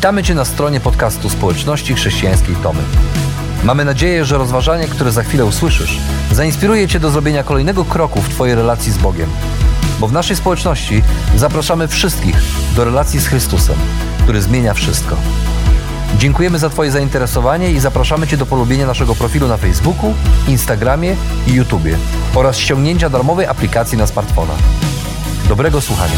Witamy Cię na stronie podcastu Społeczności Chrześcijańskiej Tomy. Mamy nadzieję, że rozważanie, które za chwilę usłyszysz, zainspiruje Cię do zrobienia kolejnego kroku w Twojej relacji z Bogiem. Bo w naszej społeczności zapraszamy wszystkich do relacji z Chrystusem, który zmienia wszystko. Dziękujemy za Twoje zainteresowanie i zapraszamy Cię do polubienia naszego profilu na Facebooku, Instagramie i YouTubie oraz ściągnięcia darmowej aplikacji na smartfona. Dobrego słuchania.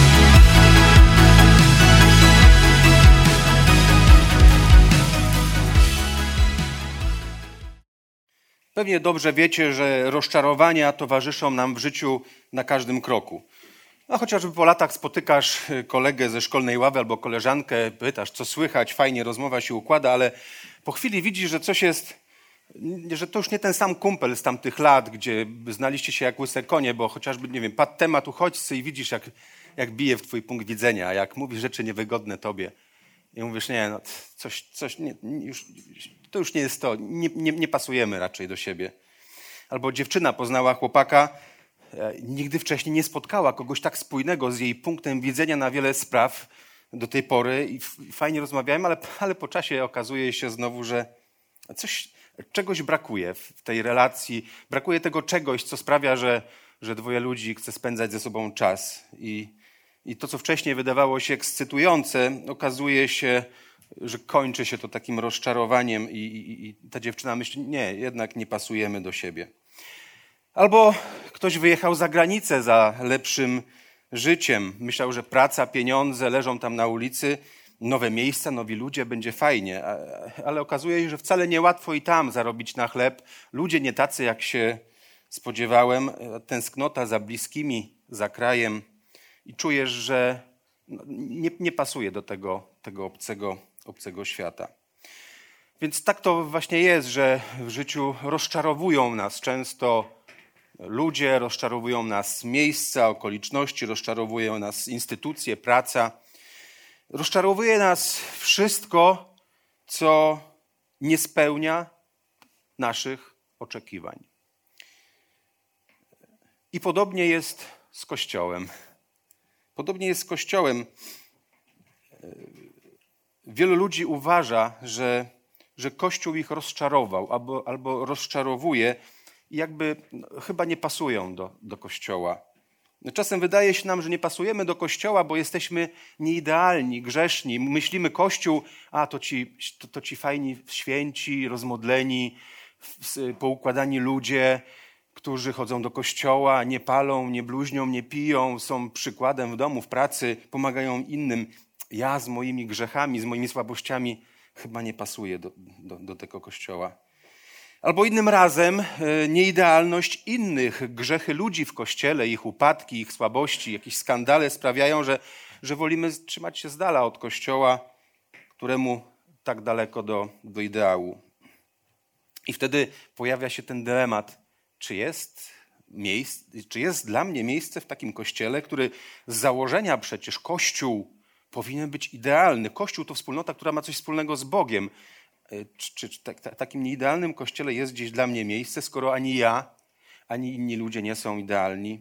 Pewnie dobrze wiecie, że rozczarowania towarzyszą nam w życiu na każdym kroku. A chociażby po latach spotykasz kolegę ze szkolnej ławy albo koleżankę, pytasz, co słychać, fajnie, rozmowa się układa, ale po chwili widzisz, że coś jest, że to już nie ten sam kumpel z tamtych lat, gdzie znaliście się jak łyse konie, bo chociażby, nie wiem, padł temat uchodźcy i widzisz, jak bije w twój punkt widzenia, jak mówi rzeczy niewygodne tobie. I mówisz, nie, no coś nie, to już nie jest to, nie pasujemy raczej do siebie. Albo dziewczyna poznała chłopaka, nigdy wcześniej nie spotkała kogoś tak spójnego z jej punktem widzenia na wiele spraw do tej pory i fajnie rozmawiałem, ale po czasie okazuje się znowu, że czegoś brakuje w tej relacji, brakuje tego czegoś, co sprawia, że dwoje ludzi chce spędzać ze sobą czas i to, co wcześniej wydawało się ekscytujące, okazuje się, że kończy się to takim rozczarowaniem i ta dziewczyna myśli, nie, jednak nie pasujemy do siebie. Albo ktoś wyjechał za granicę za lepszym życiem. Myślał, że praca, pieniądze leżą tam na ulicy, nowe miejsca, nowi ludzie, będzie fajnie. Ale okazuje się, że wcale niełatwo i tam zarobić na chleb. Ludzie nie tacy, jak się spodziewałem. Tęsknota za bliskimi, za krajem. I czujesz, że nie pasuje do tego obcego świata. Więc tak to właśnie jest, że w życiu rozczarowują nas często ludzie, rozczarowują nas miejsca, okoliczności, rozczarowują nas instytucje, praca. Rozczarowuje nas wszystko, co nie spełnia naszych oczekiwań. I podobnie jest z Kościołem. Podobnie jest z Kościołem. Wielu ludzi uważa, że Kościół ich rozczarował albo rozczarowuje i jakby chyba nie pasują do Kościoła. Czasem wydaje się nam, że nie pasujemy do Kościoła, bo jesteśmy nieidealni, grzeszni. Myślimy Kościół, to ci fajni, święci, rozmodleni, poukładani ludzie, którzy chodzą do kościoła, nie palą, nie bluźnią, nie piją, są przykładem w domu, w pracy, pomagają innym. Ja z moimi grzechami, z moimi słabościami chyba nie pasuję do tego kościoła. Albo innym razem nieidealność innych, grzechy ludzi w kościele, ich upadki, ich słabości, jakieś skandale sprawiają, że wolimy trzymać się z dala od kościoła, któremu tak daleko do ideału. I wtedy pojawia się ten dylemat, czy jest dla mnie miejsce w takim kościele, który z założenia przecież Kościół powinien być idealny. Kościół to wspólnota, która ma coś wspólnego z Bogiem. Czy w takim nieidealnym kościele jest gdzieś dla mnie miejsce, skoro ani ja, ani inni ludzie nie są idealni?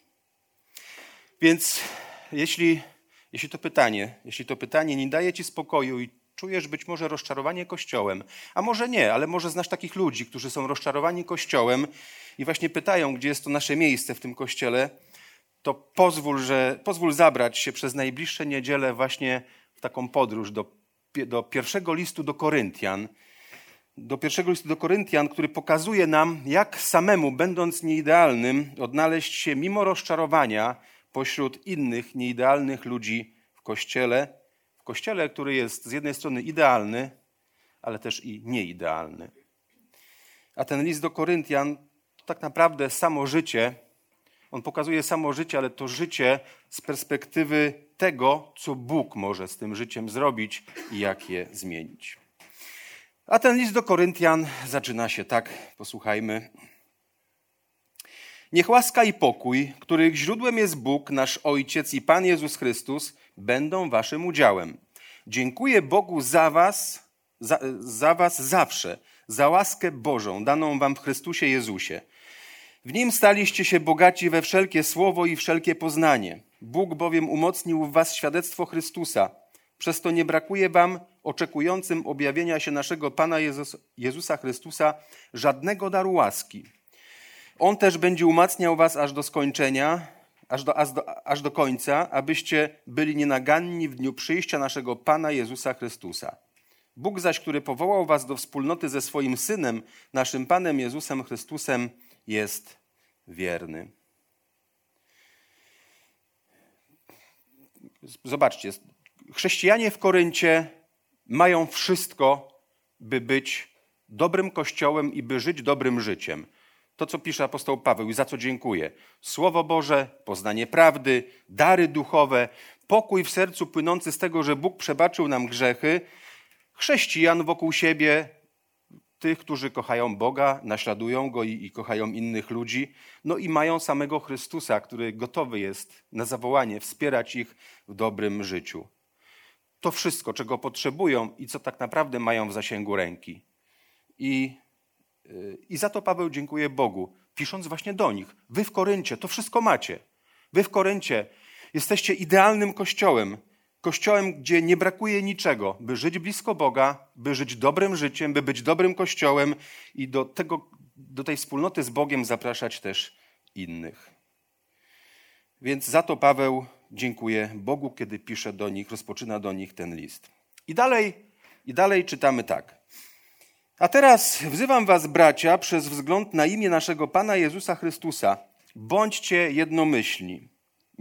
Więc jeśli to pytanie nie daje ci spokoju i czujesz być może rozczarowanie Kościołem, a może nie, ale może znasz takich ludzi, którzy są rozczarowani Kościołem i właśnie pytają, gdzie jest to nasze miejsce w tym Kościele, to pozwól zabrać się przez najbliższe niedziele właśnie w taką podróż do pierwszego listu do Koryntian. Do pierwszego listu do Koryntian, który pokazuje nam, jak samemu, będąc nieidealnym, odnaleźć się mimo rozczarowania pośród innych nieidealnych ludzi w Kościele, który jest z jednej strony idealny, ale też i nieidealny. A ten list do Koryntian to tak naprawdę samo życie. On pokazuje samo życie, ale to życie z perspektywy tego, co Bóg może z tym życiem zrobić i jak je zmienić. A ten list do Koryntian zaczyna się tak, posłuchajmy. Niech łaska i pokój, których źródłem jest Bóg, nasz Ojciec i Pan Jezus Chrystus, będą waszym udziałem. Dziękuję Bogu za was zawsze, za łaskę Bożą daną wam w Chrystusie Jezusie. W Nim staliście się bogaci we wszelkie słowo i wszelkie poznanie. Bóg bowiem umocnił w was świadectwo Chrystusa. Przez to nie brakuje wam, oczekującym objawienia się naszego Pana Jezusa Chrystusa, żadnego daru łaski. On też będzie umacniał was aż do skończenia, aż do końca, abyście byli nienaganni w dniu przyjścia naszego Pana Jezusa Chrystusa. Bóg zaś, który powołał was do wspólnoty ze swoim Synem, naszym Panem Jezusem Chrystusem, jest wierny. Zobaczcie, chrześcijanie w Koryncie mają wszystko, by być dobrym kościołem i by żyć dobrym życiem. To, co pisze apostoł Paweł i za co dziękuję. Słowo Boże, poznanie prawdy, dary duchowe, pokój w sercu płynący z tego, że Bóg przebaczył nam grzechy, chrześcijan wokół siebie, tych, którzy kochają Boga, naśladują Go i kochają innych ludzi, no i mają samego Chrystusa, który gotowy jest na zawołanie, wspierać ich w dobrym życiu. To wszystko, czego potrzebują i co tak naprawdę mają w zasięgu ręki. I za to Paweł dziękuje Bogu, pisząc właśnie do nich. Wy w Koryncie to wszystko macie. Wy w Koryncie jesteście idealnym kościołem. Kościołem, gdzie nie brakuje niczego, by żyć blisko Boga, by żyć dobrym życiem, by być dobrym kościołem i do tej wspólnoty z Bogiem zapraszać też innych. Więc za to Paweł dziękuje Bogu, kiedy pisze do nich, rozpoczyna do nich ten list. I dalej czytamy tak. A teraz wzywam was, bracia, przez wzgląd na imię naszego Pana Jezusa Chrystusa. Bądźcie jednomyślni.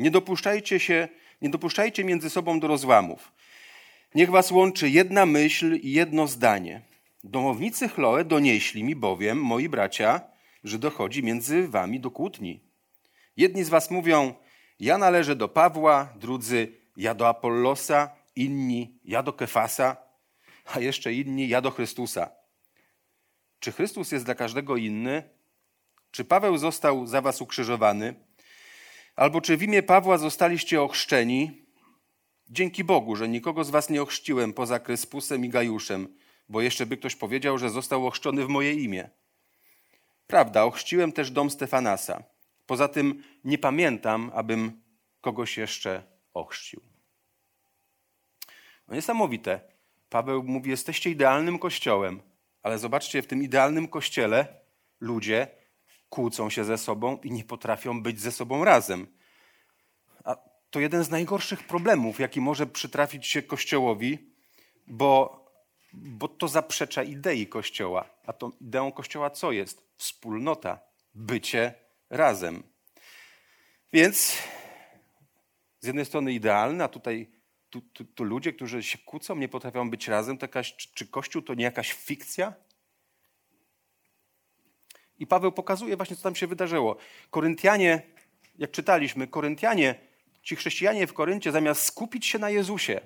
Nie dopuszczajcie między sobą do rozłamów. Niech was łączy jedna myśl i jedno zdanie. Domownicy Chloe donieśli mi bowiem, moi bracia, że dochodzi między wami do kłótni. Jedni z was mówią, ja należę do Pawła, drudzy, ja do Apollosa, inni, ja do Kefasa, a jeszcze inni, ja do Chrystusa. Czy Chrystus jest dla każdego inny? Czy Paweł został za was ukrzyżowany? Albo czy w imię Pawła zostaliście ochrzczeni? Dzięki Bogu, że nikogo z was nie ochrzciłem poza Kryspusem i Gajuszem, bo jeszcze by ktoś powiedział, że został ochrzczony w moje imię. Prawda, ochrzciłem też dom Stefanasa. Poza tym nie pamiętam, abym kogoś jeszcze ochrzcił. No niesamowite. Paweł mówi, jesteście idealnym kościołem, ale zobaczcie, w tym idealnym kościele ludzie kłócą się ze sobą i nie potrafią być ze sobą razem. A to jeden z najgorszych problemów, jaki może przytrafić się Kościołowi, bo to zaprzecza idei Kościoła. A tą ideą Kościoła co jest? Wspólnota, bycie razem. Więc z jednej strony idealne, a tutaj tu ludzie, którzy się kłócą, nie potrafią być razem, to czy Kościół to nie jakaś fikcja? I Paweł pokazuje właśnie, co tam się wydarzyło. Koryntianie, jak czytaliśmy, ci chrześcijanie w Koryncie, zamiast skupić się na Jezusie,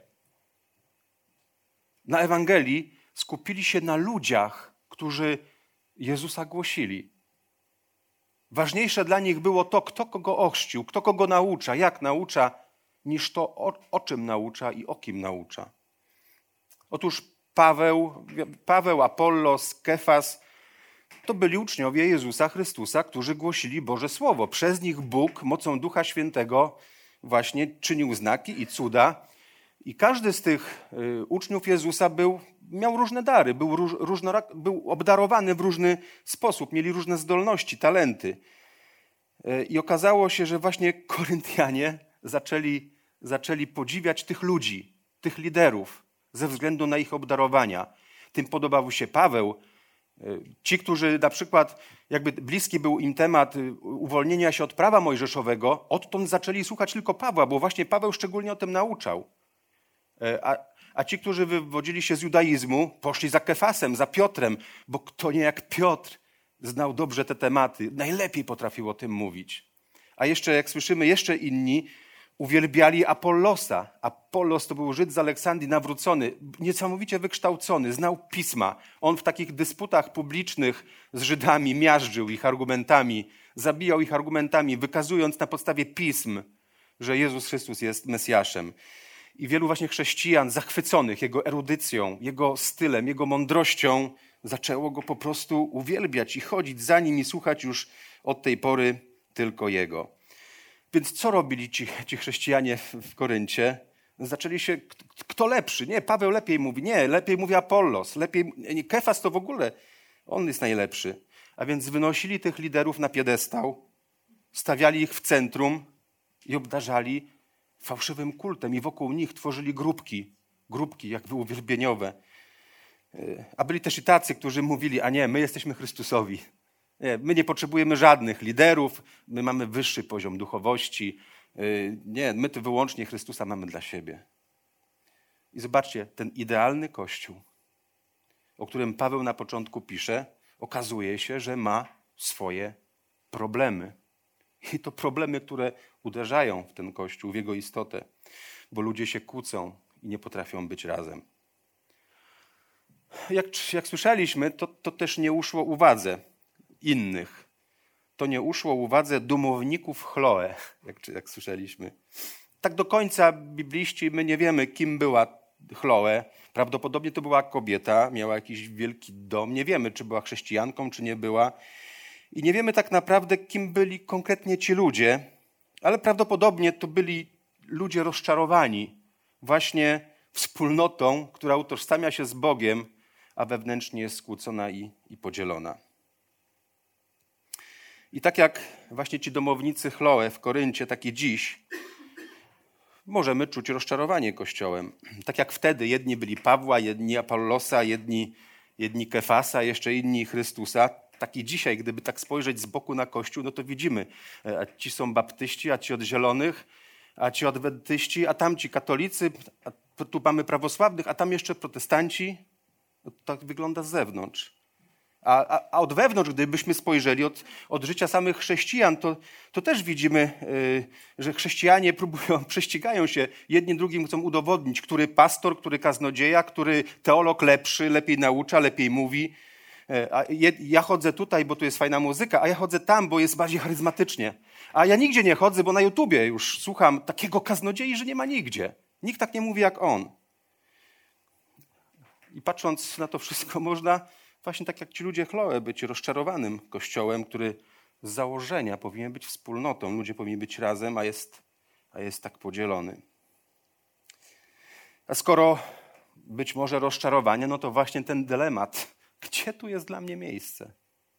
na Ewangelii, skupili się na ludziach, którzy Jezusa głosili. Ważniejsze dla nich było to, kto kogo ochrzcił, kto kogo naucza, jak naucza, niż to, o czym naucza i o kim naucza. Otóż Paweł, Apollos, Kefas to byli uczniowie Jezusa Chrystusa, którzy głosili Boże Słowo. Przez nich Bóg mocą Ducha Świętego właśnie czynił znaki i cuda. I każdy z tych uczniów Jezusa miał różne dary, był obdarowany w różny sposób, mieli różne zdolności, talenty. I okazało się, że właśnie Koryntianie zaczęli podziwiać tych ludzi, tych liderów ze względu na ich obdarowania. Tym podobał się Paweł. Ci, którzy na przykład, jakby bliski był im temat uwolnienia się od prawa mojżeszowego, odtąd zaczęli słuchać tylko Pawła, bo właśnie Paweł szczególnie o tym nauczał. A ci, którzy wywodzili się z judaizmu, poszli za Kefasem, za Piotrem, bo kto nie jak Piotr znał dobrze te tematy, najlepiej potrafił o tym mówić. A jeszcze, jak słyszymy, jeszcze inni uwielbiali Apollosa. Apollos to był Żyd z Aleksandrii, nawrócony, niesamowicie wykształcony, znał pisma. On w takich dysputach publicznych z Żydami miażdżył ich argumentami, zabijał ich argumentami, wykazując na podstawie pism, że Jezus Chrystus jest Mesjaszem. I wielu właśnie chrześcijan zachwyconych jego erudycją, jego stylem, jego mądrością zaczęło go po prostu uwielbiać i chodzić za nim i słuchać już od tej pory tylko jego. Więc co robili ci chrześcijanie w Koryncie? Zaczęli się, kto lepszy? Nie, Paweł lepiej mówi. Nie, lepiej mówi Apollos. Kefas to w ogóle, on jest najlepszy. A więc wynosili tych liderów na piedestał, stawiali ich w centrum i obdarzali fałszywym kultem. I wokół nich tworzyli grupki jakby uwielbieniowe. A byli też i tacy, którzy mówili, a nie, my jesteśmy Chrystusowi. Nie, my nie potrzebujemy żadnych liderów, my mamy wyższy poziom duchowości. Nie, my to wyłącznie Chrystusa mamy dla siebie. I zobaczcie, ten idealny Kościół, o którym Paweł na początku pisze, okazuje się, że ma swoje problemy. I to problemy, które uderzają w ten Kościół, w jego istotę, bo ludzie się kłócą i nie potrafią być razem. Jak słyszeliśmy, to też nie uszło uwadze innych. To nie uszło uwadze dumowników Chloe, jak słyszeliśmy. Tak do końca bibliści my nie wiemy, kim była Chloe. Prawdopodobnie to była kobieta, miała jakiś wielki dom. Nie wiemy, czy była chrześcijanką, czy nie była. I nie wiemy tak naprawdę, kim byli konkretnie ci ludzie, ale prawdopodobnie to byli ludzie rozczarowani właśnie wspólnotą, która utożsamia się z Bogiem, a wewnętrznie jest skłócona i podzielona. I tak jak właśnie ci domownicy Chloe w Koryncie, tak i dziś możemy czuć rozczarowanie Kościołem. Tak jak wtedy jedni byli Pawła, jedni Apollosa, jedni Kefasa, jeszcze inni Chrystusa, tak i dzisiaj, gdyby tak spojrzeć z boku na Kościół, no to widzimy, a ci są baptyści, a ci od zielonych, a ci adwentyści, a tamci katolicy, a tu mamy prawosławnych, a tam jeszcze protestanci. No to tak wygląda z zewnątrz. A od wewnątrz, gdybyśmy spojrzeli od życia samych chrześcijan, to też widzimy, że chrześcijanie prześcigają się, jedni drugim chcą udowodnić, który pastor, który kaznodzieja, który teolog lepszy, lepiej naucza, lepiej mówi. Ja chodzę tutaj, bo tu jest fajna muzyka, a ja chodzę tam, bo jest bardziej charyzmatycznie. A ja nigdzie nie chodzę, bo na YouTubie już słucham takiego kaznodziei, że nie ma nigdzie. Nikt tak nie mówi jak on. I patrząc na to wszystko, można właśnie tak jak ci ludzie Chloe być rozczarowanym Kościołem, który z założenia powinien być wspólnotą. Ludzie powinni być razem, a jest tak podzielony. A skoro być może rozczarowanie, no to właśnie ten dylemat. Gdzie tu jest dla mnie miejsce?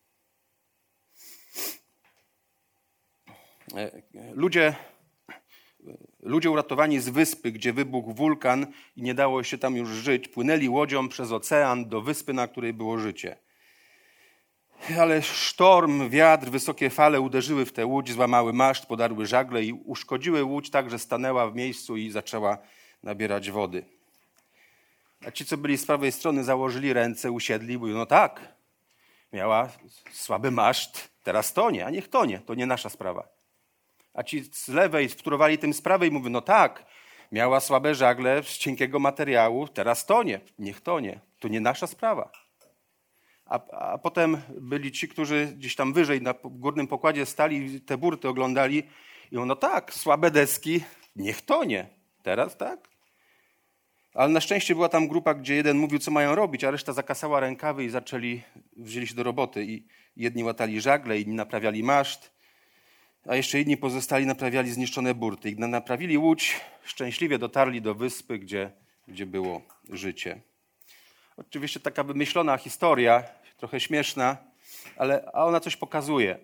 Ludzie uratowani z wyspy, gdzie wybuchł wulkan i nie dało się tam już żyć, płynęli łodzią przez ocean do wyspy, na której było życie. Ale sztorm, wiatr, wysokie fale uderzyły w tę łódź, złamały maszt, podarły żagle i uszkodziły łódź tak, że stanęła w miejscu i zaczęła nabierać wody. A ci, co byli z prawej strony, założyli ręce, usiedli i mówią, no tak, miała słaby maszt, teraz tonie, a niech tonie, to nie nasza sprawa. A ci z lewej wtórowali tym z prawej i mówią, no tak, miała słabe żagle z cienkiego materiału, teraz tonie, niech tonie, to nie nasza sprawa. A potem byli ci, którzy gdzieś tam wyżej na górnym pokładzie stali, te burty oglądali i mówią, no tak, słabe deski, niech tonie, teraz tak. Ale na szczęście była tam grupa, gdzie jeden mówił, co mają robić, a reszta zakasała rękawy i wzięli się do roboty. I jedni łatali żagle, inni naprawiali maszt, a jeszcze inni pozostali naprawiali zniszczone burty. I gdy naprawili łódź, szczęśliwie dotarli do wyspy, gdzie było życie. Oczywiście taka wymyślona historia, trochę śmieszna, a ona coś pokazuje.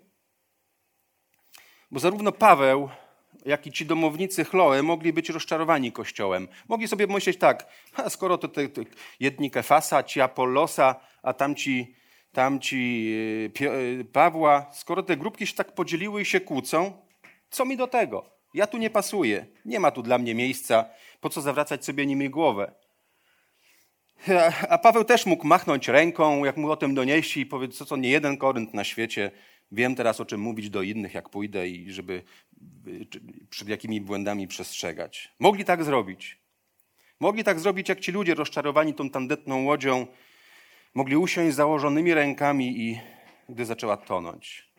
Bo zarówno Paweł, jak i ci domownicy Chloe mogli być rozczarowani Kościołem. Mogli sobie myśleć tak, skoro to jedni Kefasa, ci Apollosa, a tamci Pawła, skoro te grupki się tak podzieliły i się kłócą, co mi do tego? Ja tu nie pasuję, nie ma tu dla mnie miejsca, po co zawracać sobie nimi głowę? A Paweł też mógł machnąć ręką, jak mu o tym donieśli i powiedzieć, co nie jeden Korynt na świecie, wiem teraz o czym mówić do innych, jak pójdę i żeby przed jakimi błędami przestrzegać. Mogli tak zrobić. Mogli tak zrobić, jak ci ludzie rozczarowani tą tandetną łodzią, mogli usiąść z założonymi rękami i gdy zaczęła tonąć.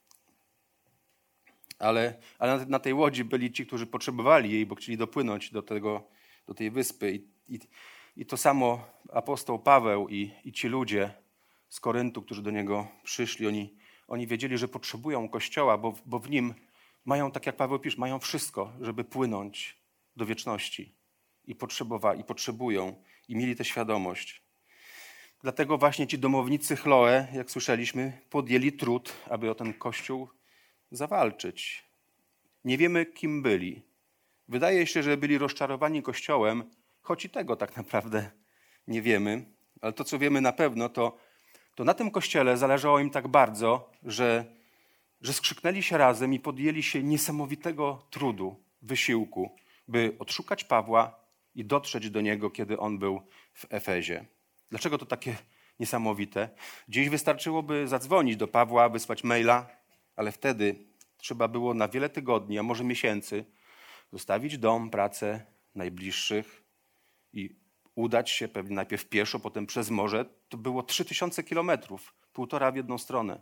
Ale na tej łodzi byli ci, którzy potrzebowali jej, bo chcieli dopłynąć do tej wyspy. I to samo apostoł Paweł i ci ludzie z Koryntu, którzy do niego przyszli, oni wiedzieli, że potrzebują Kościoła, bo w nim mają, tak jak Paweł pisze, mają wszystko, żeby płynąć do wieczności. i potrzebują i mieli tę świadomość. Dlatego właśnie ci domownicy Chloe, jak słyszeliśmy, podjęli trud, aby o ten Kościół zawalczyć. Nie wiemy, kim byli. Wydaje się, że byli rozczarowani Kościołem, choć i tego tak naprawdę nie wiemy. Ale to, co wiemy na pewno, to na tym Kościele zależało im tak bardzo, że skrzyknęli się razem i podjęli się niesamowitego trudu, wysiłku, by odszukać Pawła i dotrzeć do niego, kiedy on był w Efezie. Dlaczego to takie niesamowite? Dziś wystarczyłoby zadzwonić do Pawła, wysłać maila, ale wtedy trzeba było na wiele tygodni, a może miesięcy zostawić dom, pracę, najbliższych i udać się pewnie najpierw pieszo, potem przez morze. To było 3000 kilometrów, 1,5 w jedną stronę.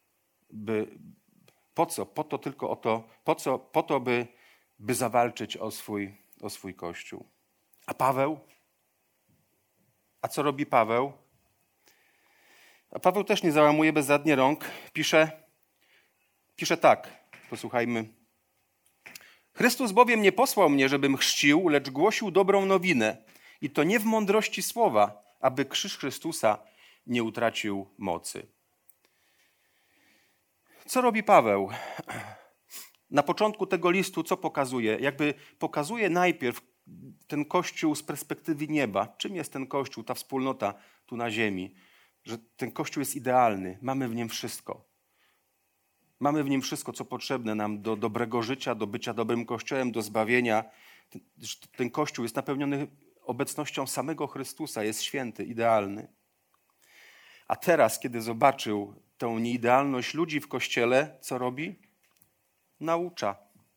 Po co? Po to, by zawalczyć o swój Kościół. A Paweł? A co robi Paweł? A Paweł też nie załamuje bezradnie rąk. Pisze tak, posłuchajmy. Chrystus bowiem nie posłał mnie, żebym chrzcił, lecz głosił dobrą nowinę. I to nie w mądrości słowa, aby krzyż Chrystusa nie utracił mocy. Co robi Paweł? Na początku tego listu co pokazuje? Jakby pokazuje najpierw ten Kościół z perspektywy nieba. Czym jest ten Kościół, ta wspólnota tu na ziemi? Że ten Kościół jest idealny. Mamy w nim wszystko. Mamy w nim wszystko, co potrzebne nam do dobrego życia, do bycia dobrym Kościołem, do zbawienia. Ten Kościół jest napełniony obecnością samego Chrystusa, jest święty, idealny. A teraz, kiedy zobaczył tę nieidealność ludzi w Kościele, co robi? Naucza,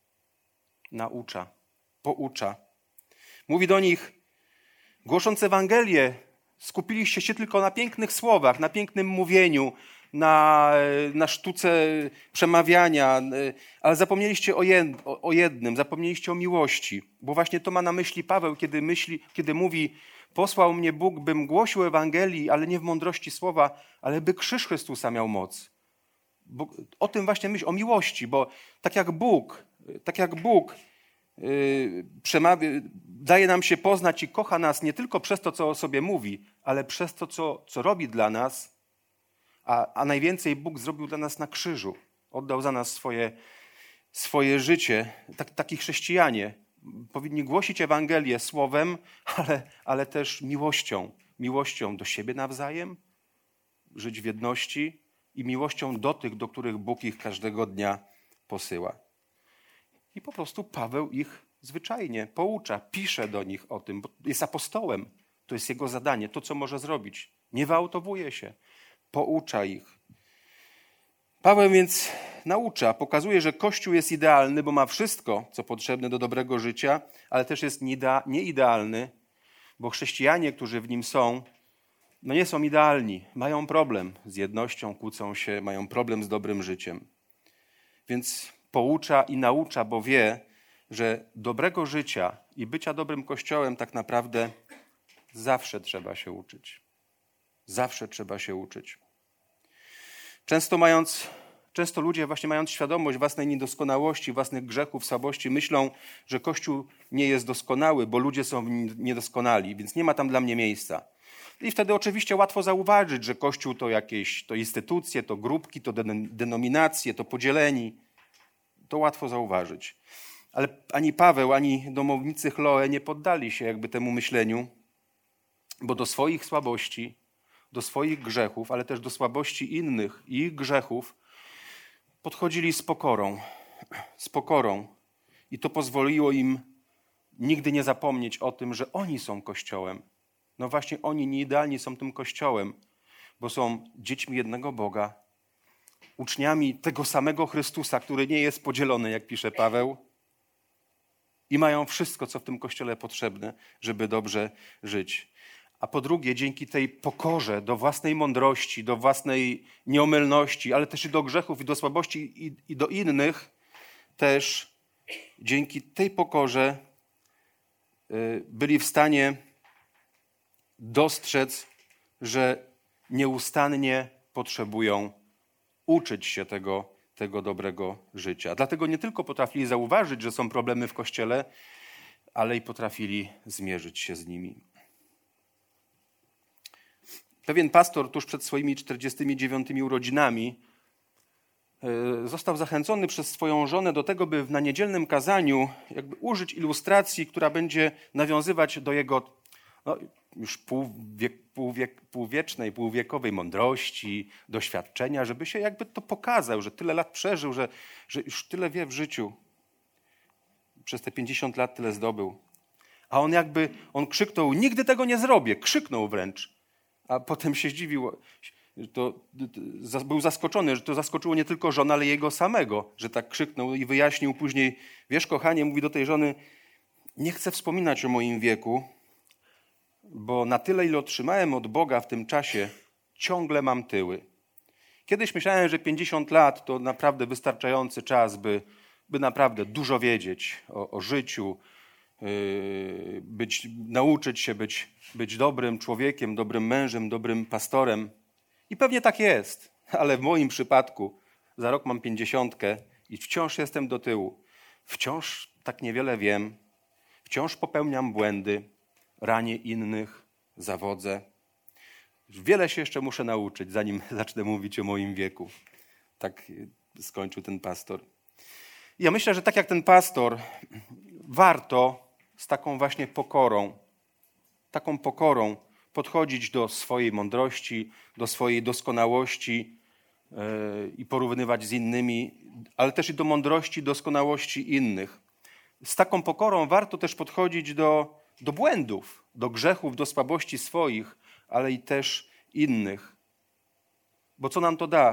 poucza. Mówi do nich, głosząc Ewangelię, skupiliście się tylko na pięknych słowach, na pięknym mówieniu, na sztuce przemawiania, ale zapomnieliście o jednym, zapomnieliście o miłości. Bo właśnie to ma na myśli Paweł, kiedy mówi, posłał mnie Bóg, bym głosił Ewangelii, ale nie w mądrości słowa, ale by krzyż Chrystusa miał moc. Bo o tym właśnie myśl, o miłości, bo tak jak Bóg daje nam się poznać i kocha nas nie tylko przez to, co o sobie mówi, ale przez to, co robi dla nas, a najwięcej Bóg zrobił dla nas na krzyżu. Oddał za nas swoje życie. Taki chrześcijanie powinni głosić Ewangelię słowem, ale też miłością. Miłością do siebie nawzajem, żyć w jedności i miłością do tych, do których Bóg ich każdego dnia posyła. I po prostu Paweł ich zwyczajnie poucza, pisze do nich o tym, bo jest apostołem. To jest jego zadanie, to co może zrobić. Nie wyautowuje się, poucza ich. Paweł więc naucza, pokazuje, że Kościół jest idealny, bo ma wszystko, co potrzebne do dobrego życia, ale też jest nieidealny, bo chrześcijanie, którzy w nim są, nie są idealni. Mają problem z jednością, kłócą się, mają problem z dobrym życiem. Więc poucza i naucza, bo wie, że dobrego życia i bycia dobrym Kościołem tak naprawdę zawsze trzeba się uczyć. Zawsze trzeba się uczyć. Często ludzie właśnie mając świadomość własnej niedoskonałości, własnych grzechów, słabości, myślą, że Kościół nie jest doskonały, bo ludzie są niedoskonali, więc nie ma tam dla mnie miejsca. I wtedy oczywiście łatwo zauważyć, że Kościół to instytucje, to grupki, to denominacje, to podzieleni. To łatwo zauważyć. Ale ani Paweł, ani domownicy Chloe nie poddali się jakby temu myśleniu, bo do swoich słabości, do swoich grzechów, ale też do słabości innych i ich grzechów podchodzili z pokorą. I to pozwoliło im nigdy nie zapomnieć o tym, że oni są Kościołem. No właśnie oni nieidealni są tym Kościołem, bo są dziećmi jednego Boga, uczniami tego samego Chrystusa, który nie jest podzielony, jak pisze Paweł, i mają wszystko, co w tym Kościele potrzebne, żeby dobrze żyć. A po drugie, dzięki tej pokorze do własnej mądrości, do własnej nieomylności, ale też i do grzechów, i do słabości, i do innych, też dzięki tej pokorze byli w stanie dostrzec, że nieustannie potrzebują uczyć się tego dobrego życia. Dlatego nie tylko potrafili zauważyć, że są problemy w Kościele, ale i potrafili zmierzyć się z nimi. Pewien pastor tuż przed swoimi 49 urodzinami został zachęcony przez swoją żonę do tego, by na niedzielnym kazaniu jakby użyć ilustracji, która będzie nawiązywać do jego już półwiekowej mądrości, doświadczenia, żeby się jakby to pokazał, że tyle lat przeżył, że już tyle wie w życiu. Przez te 50 lat tyle zdobył. A on krzyknął, nigdy tego nie zrobię. Krzyknął wręcz. A potem się zdziwił. Był zaskoczony, że to zaskoczyło nie tylko żonę, ale jego samego, że tak krzyknął i wyjaśnił później. Wiesz, kochanie, mówi do tej żony, nie chcę wspominać o moim wieku, bo na tyle, ile otrzymałem od Boga w tym czasie, ciągle mam tyły. Kiedyś myślałem, że 50 lat to naprawdę wystarczający czas, by naprawdę dużo wiedzieć o życiu, nauczyć się być dobrym człowiekiem, dobrym mężem, dobrym pastorem. I pewnie tak jest, ale w moim przypadku za rok mam 50 i wciąż jestem do tyłu. Wciąż tak niewiele wiem, wciąż popełniam błędy, ranię innych, zawodzę. Wiele się jeszcze muszę nauczyć, zanim zacznę mówić o moim wieku. Tak skończył ten pastor. I ja myślę, że tak jak ten pastor, warto z taką właśnie pokorą podchodzić do swojej mądrości, do swojej doskonałości i porównywać z innymi, ale też i do mądrości, doskonałości innych. Z taką pokorą warto też podchodzić do błędów, do grzechów, do słabości swoich, ale i też innych. Bo co nam to da?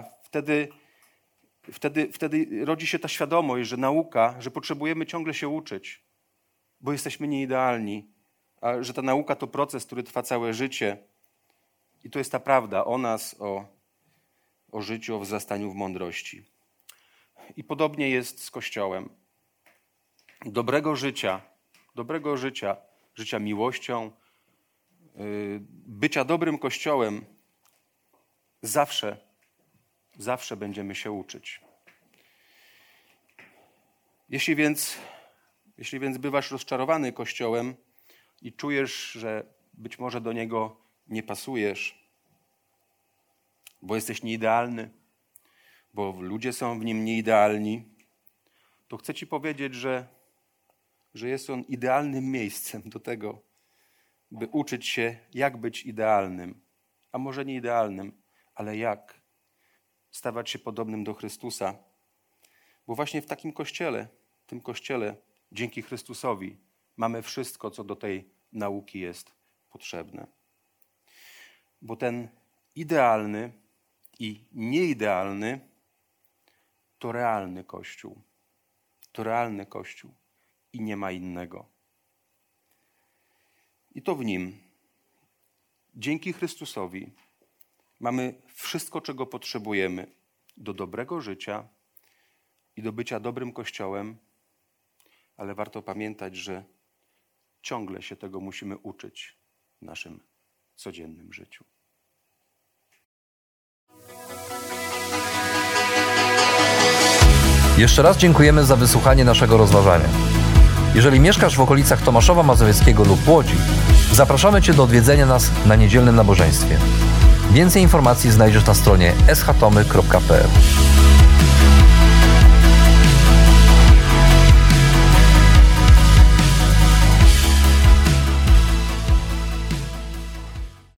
Wtedy rodzi się ta świadomość, że nauka, że potrzebujemy ciągle się uczyć, bo jesteśmy nieidealni, a że ta nauka to proces, który trwa całe życie. I to jest ta prawda o nas, o życiu, o wzrastaniu w mądrości. I podobnie jest z Kościołem. Dobrego życia miłością, bycia dobrym Kościołem, zawsze będziemy się uczyć. Jeśli więc bywasz rozczarowany Kościołem i czujesz, że być może do niego nie pasujesz, bo jesteś nieidealny, bo ludzie są w nim nieidealni, to chcę ci powiedzieć, że jest on idealnym miejscem do tego, by uczyć się, jak być idealnym, a może nie idealnym, ale jak stawać się podobnym do Chrystusa. Bo właśnie w takim tym Kościele, dzięki Chrystusowi, mamy wszystko, co do tej nauki jest potrzebne. Bo ten idealny i nieidealny to realny Kościół. To realny Kościół i nie ma innego. I to w Nim, dzięki Chrystusowi, mamy wszystko, czego potrzebujemy do dobrego życia i do bycia dobrym Kościołem, ale warto pamiętać, że ciągle się tego musimy uczyć w naszym codziennym życiu. Jeszcze raz dziękujemy za wysłuchanie naszego rozważania. Jeżeli mieszkasz w okolicach Tomaszowa Mazowieckiego lub Łodzi, zapraszamy Cię do odwiedzenia nas na niedzielnym nabożeństwie. Więcej informacji znajdziesz na stronie schtomy.pl.